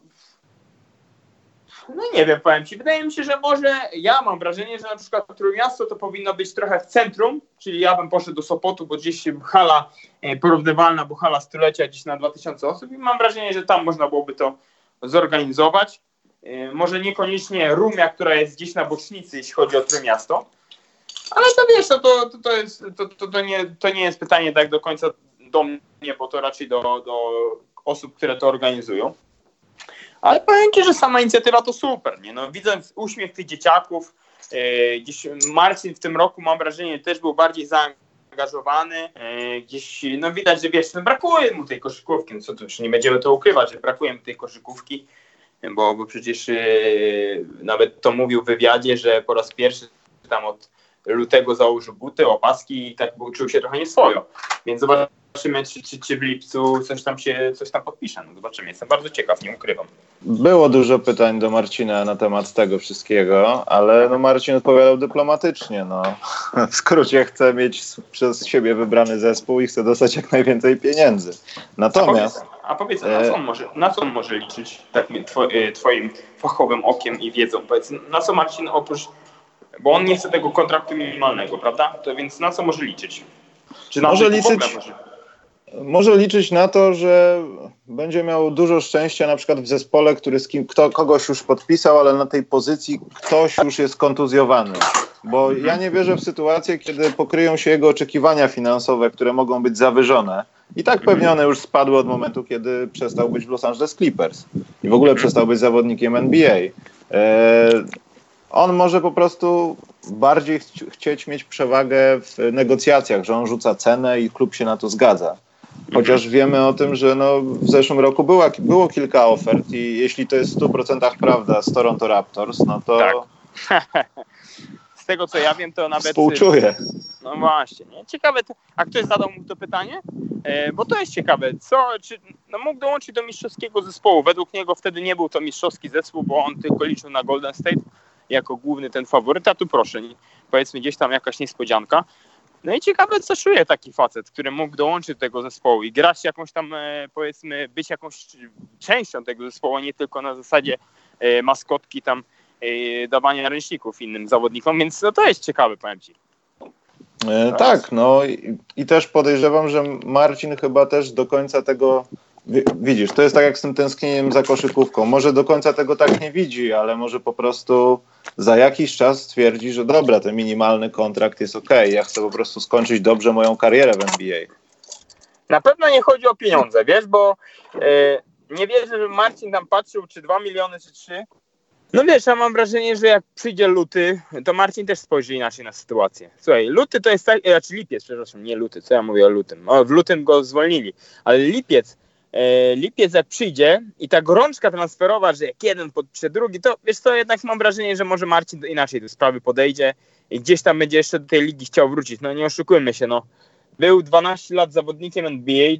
nie wiem, powiem Ci, wydaje mi się, że może ja mam wrażenie, że na przykład Trójmiasto to powinno być trochę w centrum, czyli ja bym poszedł do Sopotu, bo gdzieś hala porównywalna, bo hala stulecia gdzieś na 2000 osób i mam wrażenie, że tam można byłoby to zorganizować. Może niekoniecznie Rumia, która jest gdzieś na bocznicy, jeśli chodzi o Trójmiasto. Ale to wiesz, to nie jest pytanie tak do końca do mnie, bo to raczej do osób, które to organizują. Ale powiem Ci, że sama inicjatywa to super, nie? No, widząc uśmiech tych dzieciaków, gdzieś Marcin w tym roku, mam wrażenie, też był bardziej zaangażowany. Gdzieś, no widać, że wiesz, no, brakuje mu tej koszykówki, no co tu, już nie będziemy to ukrywać, że brakuje mu tej koszykówki, bo przecież nawet to mówił w wywiadzie, że po raz pierwszy tam od lutego założył buty, opaski i tak czuł się trochę nieswojo. Więc zobaczymy, czy w lipcu coś tam podpisze. No zobaczymy, jestem bardzo ciekaw, nie ukrywam. Było dużo pytań do Marcina na temat tego wszystkiego, ale no Marcin odpowiadał dyplomatycznie. No. W skrócie chce mieć przez siebie wybrany zespół i chce dostać jak najwięcej pieniędzy. Natomiast... A powiedz, na co on może liczyć tak twoim fachowym okiem i wiedzą? Powiedz, na co Marcin oprócz... Bo on nie chce tego kontraktu minimalnego, prawda? To więc na co może liczyć? Czy może liczyć na to, że będzie miał dużo szczęścia na przykład w zespole, który kogoś już podpisał, ale na tej pozycji ktoś już jest kontuzjowany. Bo ja nie wierzę w sytuację, kiedy pokryją się jego oczekiwania finansowe, które mogą być zawyżone. I tak pewnie one już spadły od momentu, kiedy przestał być w Los Angeles Clippers. I w ogóle przestał być zawodnikiem NBA. On może po prostu bardziej chcieć mieć przewagę w negocjacjach, że on rzuca cenę i klub się na to zgadza. Chociaż wiemy o tym, że w zeszłym roku było kilka ofert i jeśli to jest w 100% prawda z Toronto Raptors, no to... Tak. Z tego co ja wiem, to nawet... Współczuję. No właśnie, nie? Ciekawe, a ktoś zadał mu to pytanie? Bo to jest ciekawe, czy mógł dołączyć do mistrzowskiego zespołu. Według niego wtedy nie był to mistrzowski zespół, bo on tylko liczył na Golden State jako główny ten faworyt, a tu proszę, powiedzmy gdzieś tam jakaś niespodzianka. No i ciekawe, co czuje taki facet, który mógł dołączyć do tego zespołu i grać jakąś tam, powiedzmy, być jakąś częścią tego zespołu, a nie tylko na zasadzie maskotki tam, dawania ręczników innym zawodnikom, więc no to jest ciekawe, powiem ci. Tak, no i też podejrzewam, że Marcin chyba też do końca tego, widzisz, to jest tak jak z tym tęsknieniem za koszykówką, może do końca tego tak nie widzi, ale może po prostu za jakiś czas stwierdzi, że dobra, ten minimalny kontrakt jest okej, ja chcę po prostu skończyć dobrze moją karierę w NBA. Na pewno nie chodzi o pieniądze, wiesz, bo nie wierzę, że Marcin tam patrzył, czy 2 miliony, czy 3. No wiesz, ja mam wrażenie, że jak przyjdzie luty, to Marcin też spojrzy inaczej na sytuację. Słuchaj, luty to jest tak, znaczy lipiec, przepraszam, nie luty, co ja mówię o lutym. W lutym go zwolnili, ale lipiec jak przyjdzie i ta gorączka transferowa, że jak jeden podpisze drugi, to wiesz co, jednak mam wrażenie, że może Marcin inaczej do sprawy podejdzie i gdzieś tam będzie jeszcze do tej ligi chciał wrócić. No nie oszukujmy się, no. Był 12 lat zawodnikiem NBA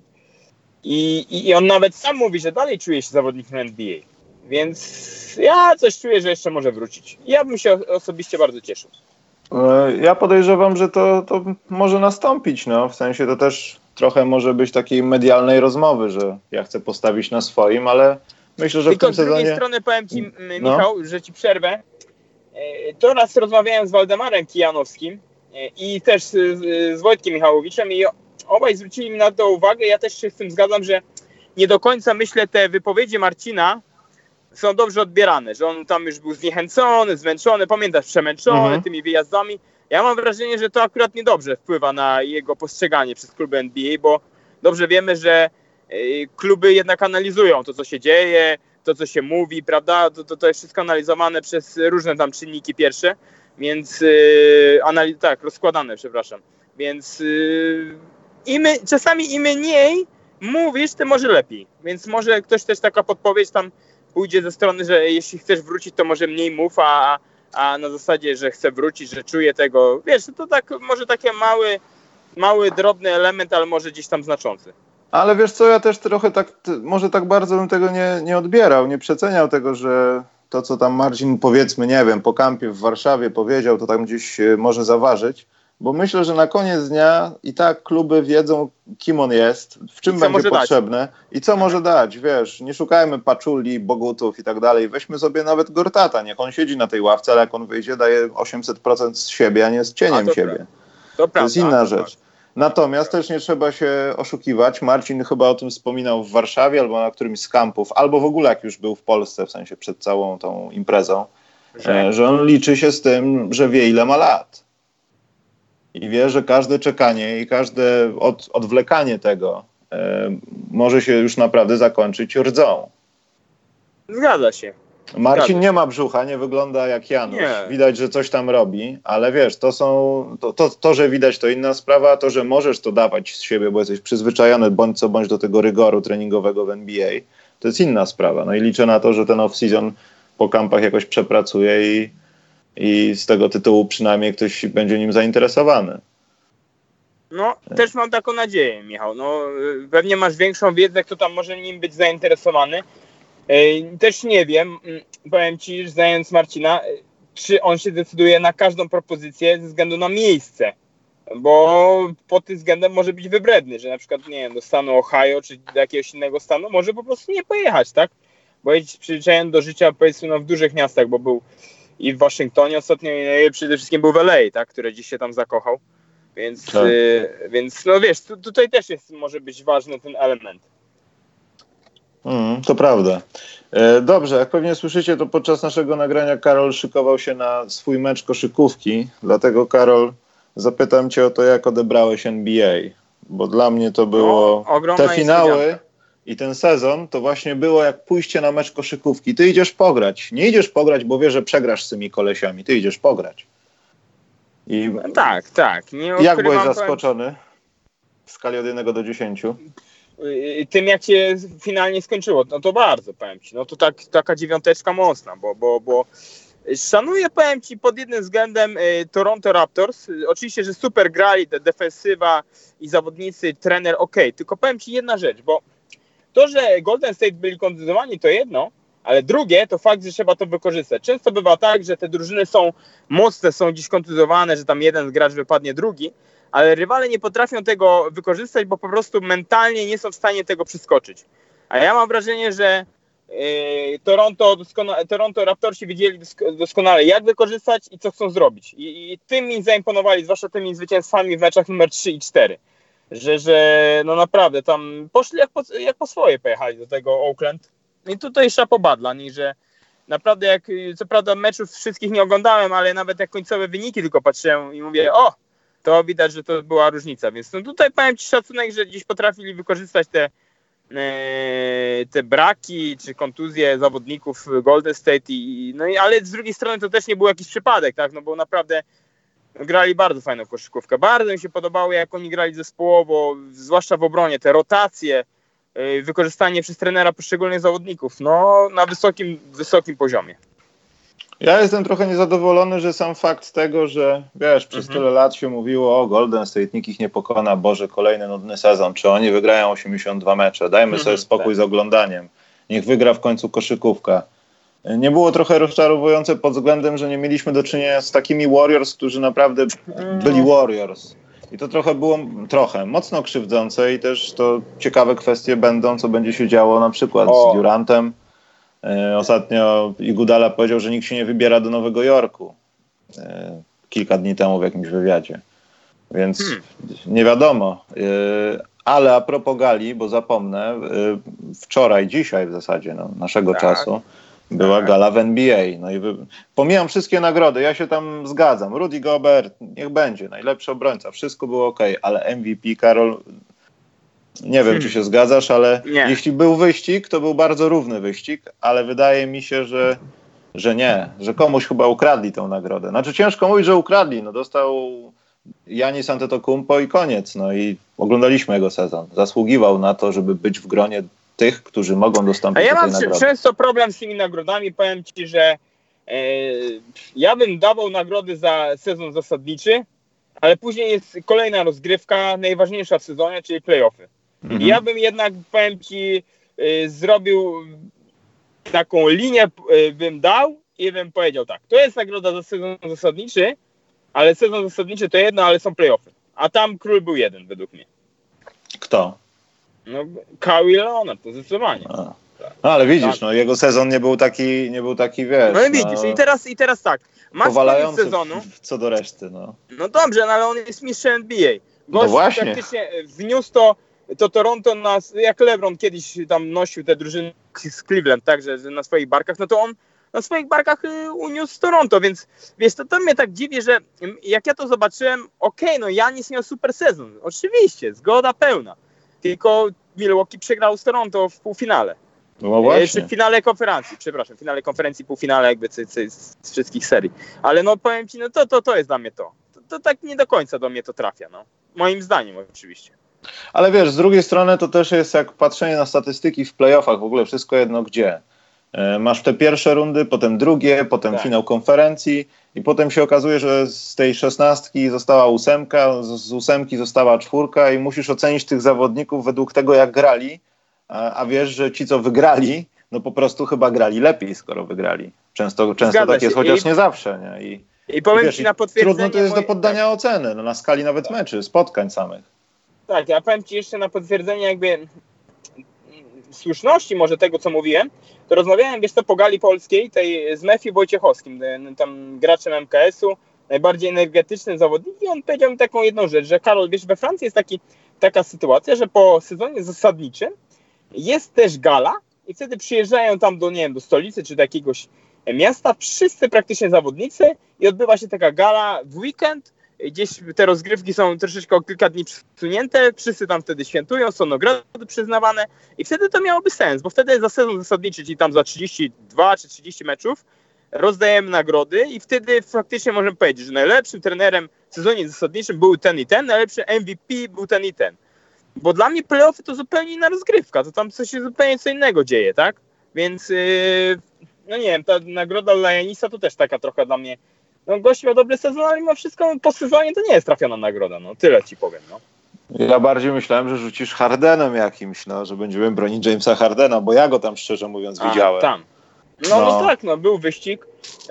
i on nawet sam mówi, że dalej czuje się zawodnikiem NBA. Więc ja coś czuję, że jeszcze może wrócić. Ja bym się osobiście bardzo cieszył. Ja podejrzewam, że to może nastąpić, no. W sensie to też trochę może być takiej medialnej rozmowy, że ja chcę postawić na swoim, ale myślę, że tylko w tym sezonie... z drugiej strony powiem ci, Michał, że ci przerwę. To raz rozmawiałem z Waldemarem Kijanowskim i też z Wojtkiem Michałowiczem i obaj zwrócili mi na to uwagę. Ja też się z tym zgadzam, że nie do końca, myślę, te wypowiedzi Marcina są dobrze odbierane, że on tam już był zniechęcony, zmęczony, pamiętasz, przemęczony tymi wyjazdami. Ja mam wrażenie, że to akurat niedobrze wpływa na jego postrzeganie przez kluby NBA, bo dobrze wiemy, że kluby jednak analizują to, co się dzieje, to, co się mówi, prawda? To jest wszystko analizowane przez różne tam czynniki pierwsze, więc rozkładane, przepraszam. Więc czasami im mniej mówisz, tym może lepiej. Więc może ktoś też taka podpowiedź tam pójdzie ze strony, że jeśli chcesz wrócić, to może mniej mów, a na zasadzie, że chcę wrócić, że czuję tego. Wiesz, to tak może taki mały, drobny element, ale może gdzieś tam znaczący. Ale wiesz co, ja też trochę może tak bardzo bym tego nie odbierał, nie przeceniał tego, że to, co tam Marcin, powiedzmy, nie wiem, po kampie w Warszawie powiedział, to tam gdzieś może zaważyć, bo myślę, że na koniec dnia i tak kluby wiedzą, kim on jest, w czym będzie potrzebne i co może dać, wiesz, nie szukajmy Paczuli, Bogutów i tak dalej, weźmy sobie nawet Gortata, niech on siedzi na tej ławce, ale jak on wyjdzie, daje 800% z siebie, a nie z cieniem siebie. To jest inna rzecz. Natomiast też nie trzeba się oszukiwać. Marcin chyba o tym wspominał w Warszawie albo na którymś z kampów, albo w ogóle jak już był w Polsce, w sensie przed całą tą imprezą, że on liczy się z tym, że wie ile ma lat. I wie, że każde czekanie i każde odwlekanie tego może się już naprawdę zakończyć rdzą. Zgadza się. Marcin nie ma brzucha, nie wygląda jak Janusz. Nie. Widać, że coś tam robi, ale wiesz, to, że widać, to inna sprawa, to, że możesz to dawać z siebie, bo jesteś przyzwyczajony bądź co bądź do tego rygoru treningowego w NBA, to jest inna sprawa. No i liczę na to, że ten off-season po kampach jakoś przepracuje i z tego tytułu przynajmniej ktoś będzie nim zainteresowany. No, też mam taką nadzieję, Michał. No, pewnie masz większą wiedzę, kto tam może nim być zainteresowany. Też nie wiem, powiem ci, znając Marcina, czy on się decyduje na każdą propozycję ze względu na miejsce, bo pod tym względem może być wybredny, że na przykład, nie wiem, do stanu Ohio czy do jakiegoś innego stanu może po prostu nie pojechać, tak? Bo jest przyzwyczajony do życia, powiedzmy, w dużych miastach, bo był i w Waszyngtonie ostatnio, i przede wszystkim był w LA, tak? Które dziś się tam zakochał, więc, tak. Więc no wiesz, tutaj też może być ważny ten element. To prawda. Dobrze, jak pewnie słyszycie, to podczas naszego nagrania Karol szykował się na swój mecz koszykówki, dlatego Karol, zapytam cię o to, jak odebrałeś NBA, bo dla mnie to było te finały, I ten sezon to właśnie było jak pójście na mecz koszykówki. Ty idziesz pograć. Nie idziesz pograć, bo wiesz, że przegrasz z tymi kolesiami. Ty idziesz pograć. I tak. Nie jak byłeś zaskoczony w skali od 1 do 10? Tym, jak się finalnie skończyło. No to bardzo, powiem ci. No to taka 9 mocna, bo szanuję, powiem ci, pod jednym względem Toronto Raptors. Oczywiście, że super grali, defensywa i zawodnicy, trener, tylko powiem ci jedna rzecz, bo to, że Golden State byli kontuzjowani, to jedno, ale drugie to fakt, że trzeba to wykorzystać. Często bywa tak, że te drużyny są mocne, są gdzieś kontuzjowane, że tam jeden gracz wypadnie drugi, ale rywale nie potrafią tego wykorzystać, bo po prostu mentalnie nie są w stanie tego przeskoczyć. A ja mam wrażenie, że Toronto Raptorsi wiedzieli doskonale, jak wykorzystać i co chcą zrobić. I tym mi zaimponowali, zwłaszcza tymi zwycięstwami w meczach numer 3 i 4. Że no naprawdę tam poszli jak po swoje pojechali do tego Oakland. I tutaj szapoba dla nich, że naprawdę co prawda meczów wszystkich nie oglądałem, ale nawet jak końcowe wyniki tylko patrzyłem i mówię, to widać, że to była różnica. Więc no tutaj powiem ci szacunek, że gdzieś potrafili wykorzystać te braki czy kontuzje zawodników Golden State ale z drugiej strony to też nie był jakiś przypadek, tak? No bo naprawdę grali bardzo fajną koszykówkę. Bardzo mi się podobało, jak oni grali zespołowo, zwłaszcza w obronie, te rotacje, wykorzystanie przez trenera poszczególnych zawodników, no na wysokim poziomie. Ja jestem trochę niezadowolony, że sam fakt tego, że wiesz, przez tyle lat się mówiło, Golden State, nikt ich nie pokona, Boże, kolejny nudny sezon, czy oni wygrają 82 mecze, dajmy sobie spokój z oglądaniem, niech wygra w końcu koszykówka. Nie było trochę rozczarowujące pod względem, że nie mieliśmy do czynienia z takimi Warriors, którzy naprawdę byli Warriors. I to trochę było mocno krzywdzące i też to ciekawe kwestie będą, co będzie się działo na przykład z Durantem. Ostatnio Iguodala powiedział, że nikt się nie wybiera do Nowego Jorku. Kilka dni temu w jakimś wywiadzie. Więc nie wiadomo. Ale a propos gali, bo zapomnę, dzisiaj w zasadzie naszego czasu była gala w NBA. No i pomijam wszystkie nagrody, ja się tam zgadzam. Rudy Gobert, niech będzie, najlepszy obrońca, wszystko było okej, ale MVP, Karol, nie wiem, czy się zgadzasz, ale jeśli był wyścig, to był bardzo równy wyścig, ale wydaje mi się, że nie, że komuś chyba ukradli tę nagrodę. Znaczy ciężko mówić, że ukradli, dostał Giannis Antetokounmpo i koniec, i oglądaliśmy jego sezon. Zasługiwał na to, żeby być w gronie tych, którzy mogą dostąpić tej nagrody. Ja mam często problem z tymi nagrodami, powiem ci, że ja bym dawał nagrody za sezon zasadniczy, ale później jest kolejna rozgrywka, najważniejsza w sezonie, czyli play-offy. I ja bym jednak, powiem ci, zrobił taką linię, bym dał i bym powiedział tak, to jest nagroda za sezon zasadniczy, ale sezon zasadniczy to jedno, ale są play-offy. A tam król był jeden, według mnie. Kto? Kawhi Leonard, to zdecydowanie. Ale widzisz, jego sezon nie był taki, wiesz. No i widzisz, i teraz tak. Masz koniec sezonu. Co do reszty, No dobrze, ale on jest mistrzem NBA. Gość właśnie. Praktycznie wniósł to Toronto jak LeBron kiedyś tam nosił te drużyny z Cleveland, także na swoich barkach, to on na swoich barkach uniósł Toronto, więc wiesz, to mnie tak dziwi, że jak ja to zobaczyłem, Giannis miał super sezon, oczywiście, zgoda pełna, tylko Milwaukee przegrał z Toronto w półfinale. No właśnie. W finale konferencji, półfinale jakby z wszystkich serii. Ale powiem ci, to jest dla mnie to. To tak nie do końca do mnie to trafia, moim zdaniem oczywiście. Ale wiesz, z drugiej strony to też jest jak patrzenie na statystyki w playoffach, w ogóle wszystko jedno gdzie. Masz te pierwsze rundy, potem drugie, potem finał konferencji i potem się okazuje, że z tej 16 została 8, z 8 została 4 i musisz ocenić tych zawodników według tego, jak grali, a wiesz, że ci, co wygrali, po prostu chyba grali lepiej, skoro wygrali. Często tak jest, chociaż nie zawsze. Nie? I powiem ci na potwierdzenie... Trudno to jest do poddania oceny, na skali nawet meczy, spotkań samych. Tak, ja powiem ci jeszcze na potwierdzenie jakby słuszności może tego, co mówiłem, to rozmawiałem, po gali polskiej, tej z Mefi Wojciechowskim, tam graczem MKS-u, najbardziej energetycznym zawodnikiem, i on powiedział mi taką jedną rzecz, że Karol, we Francji jest taka sytuacja, że po sezonie zasadniczym jest też gala i wtedy przyjeżdżają tam do stolicy czy do jakiegoś miasta wszyscy praktycznie zawodnicy i odbywa się taka gala w weekend gdzieś te rozgrywki są troszeczkę o kilka dni przesunięte, wszyscy tam wtedy świętują, są nagrody przyznawane i wtedy to miałoby sens, bo wtedy za sezon zasadniczy, czyli tam za 32 czy 30 meczów rozdajemy nagrody i wtedy faktycznie możemy powiedzieć, że najlepszym trenerem w sezonie zasadniczym był ten i ten, najlepszy MVP był ten i ten. Bo dla mnie playoffy to zupełnie inna rozgrywka, to tam coś się zupełnie co innego dzieje, tak? Więc no nie wiem, ta nagroda dla Janisa to też taka trochę dla mnie, no gość miał dobry sezon, ale mimo wszystko po sezonie to nie jest trafiona nagroda, no tyle ci powiem, no. Ja bardziej myślałem, że rzucisz Hardenem jakimś, no, że będziemy bronić Jamesa Hardena, bo ja go tam szczerze mówiąc widziałem. Tam. No tak, no był wyścig.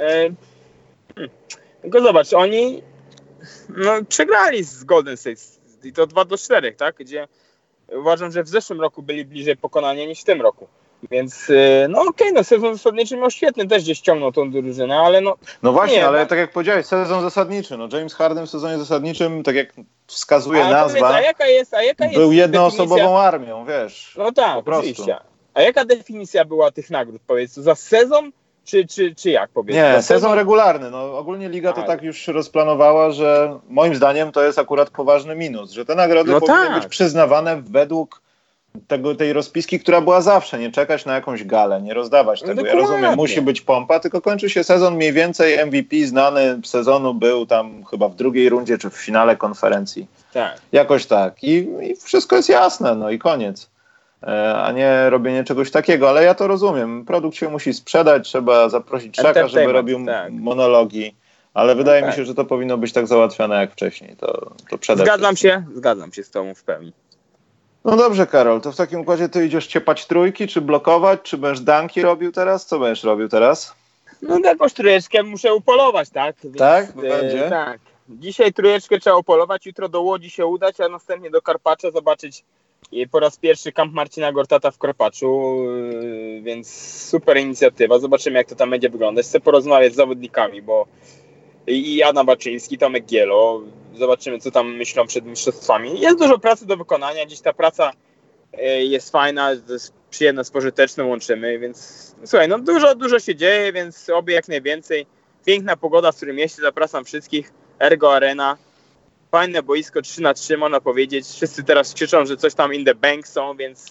Tylko zobacz, oni przegrali z Golden State i to 2-4, tak? Gdzie uważam, że w zeszłym roku byli bliżej pokonania niż w tym roku. Więc sezon zasadniczy miał świetny, też gdzieś ściągnął tą drużynę, ale No właśnie, nie, ale tak jak powiedziałeś, sezon zasadniczy, no James Harden w sezonie zasadniczym, tak jak wskazuje nazwa, powiedz, a jaka jest był jednoosobową armią, wiesz. No tak, oczywiście. A jaka definicja była tych nagród, powiedz, za sezon, czy jak powiedz? Nie, sezon regularny, no ogólnie liga to tak już rozplanowała, że moim zdaniem to jest akurat poważny minus, że te nagrody powinny być przyznawane według tej rozpiski, która była zawsze, nie czekać na jakąś galę, nie rozdawać tego. Ja rozumiem, musi być pompa, tylko kończy się sezon mniej więcej, MVP znany sezonu był tam chyba w drugiej rundzie, czy w finale konferencji. Tak. Jakoś tak. I wszystko jest jasne, no i koniec. A nie robienie czegoś takiego, ale ja to rozumiem. Produkt się musi sprzedać, trzeba zaprosić Szaka, żeby robił monologi, ale wydaje mi się, że to powinno być tak załatwione jak wcześniej. To przede Zgadzam się z tobą w pełni. No dobrze, Karol, to w takim układzie ty idziesz ciepać trójki, czy blokować, czy będziesz danki robił teraz? Co będziesz robił teraz? No jakąś trójeczkę muszę upolować, tak? Więc, tak? Będzie? Tak. Dzisiaj trójeczkę trzeba upolować, jutro do Łodzi się udać, a następnie do Karpacza zobaczyć po raz pierwszy kamp Marcina Gortata w Karpaczu, więc super inicjatywa. Zobaczymy, jak to tam będzie wyglądać. Chcę porozmawiać z zawodnikami, bo i Adam Baczyński, Tomek Gielo. Zobaczymy, co tam myślą przed mistrzostwami. Jest dużo pracy do wykonania, gdzieś ta praca jest fajna, jest przyjemna z pożyteczną, łączymy, więc słuchaj, no dużo się dzieje, więc oby jak najwięcej. Piękna pogoda, w którym jeździ, zapraszam wszystkich. Ergo Arena, fajne boisko 3x3, można powiedzieć. Wszyscy teraz krzyczą, że coś tam in the bank są, więc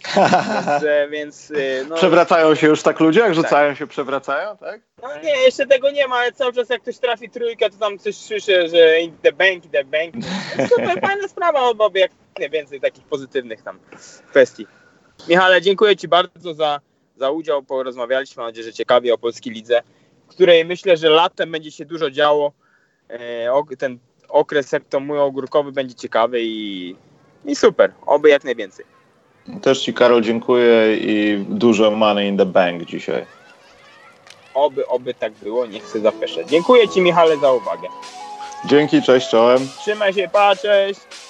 przewracają się już tak ludzie, jak rzucają się, przewracają, tak? No nie, jeszcze tego nie ma, ale cały czas jak ktoś trafi trójkę, to tam coś słyszę, że in the bank. Super, fajna sprawa, oby jak najwięcej takich pozytywnych tam kwestii. Michale, dziękuję ci bardzo za udział, porozmawialiśmy, mam nadzieję, że ciekawie o polskiej lidze, w której myślę, że latem będzie się dużo działo. Ten okres, jak to mówią, ogórkowy będzie ciekawy i super, oby jak najwięcej. Też ci, Karol, dziękuję i dużo money in the bank dzisiaj. Oby tak było, nie chcę zapeszać. Dziękuję ci, Michale, za uwagę. Dzięki, cześć, czołem. Trzymaj się, cześć.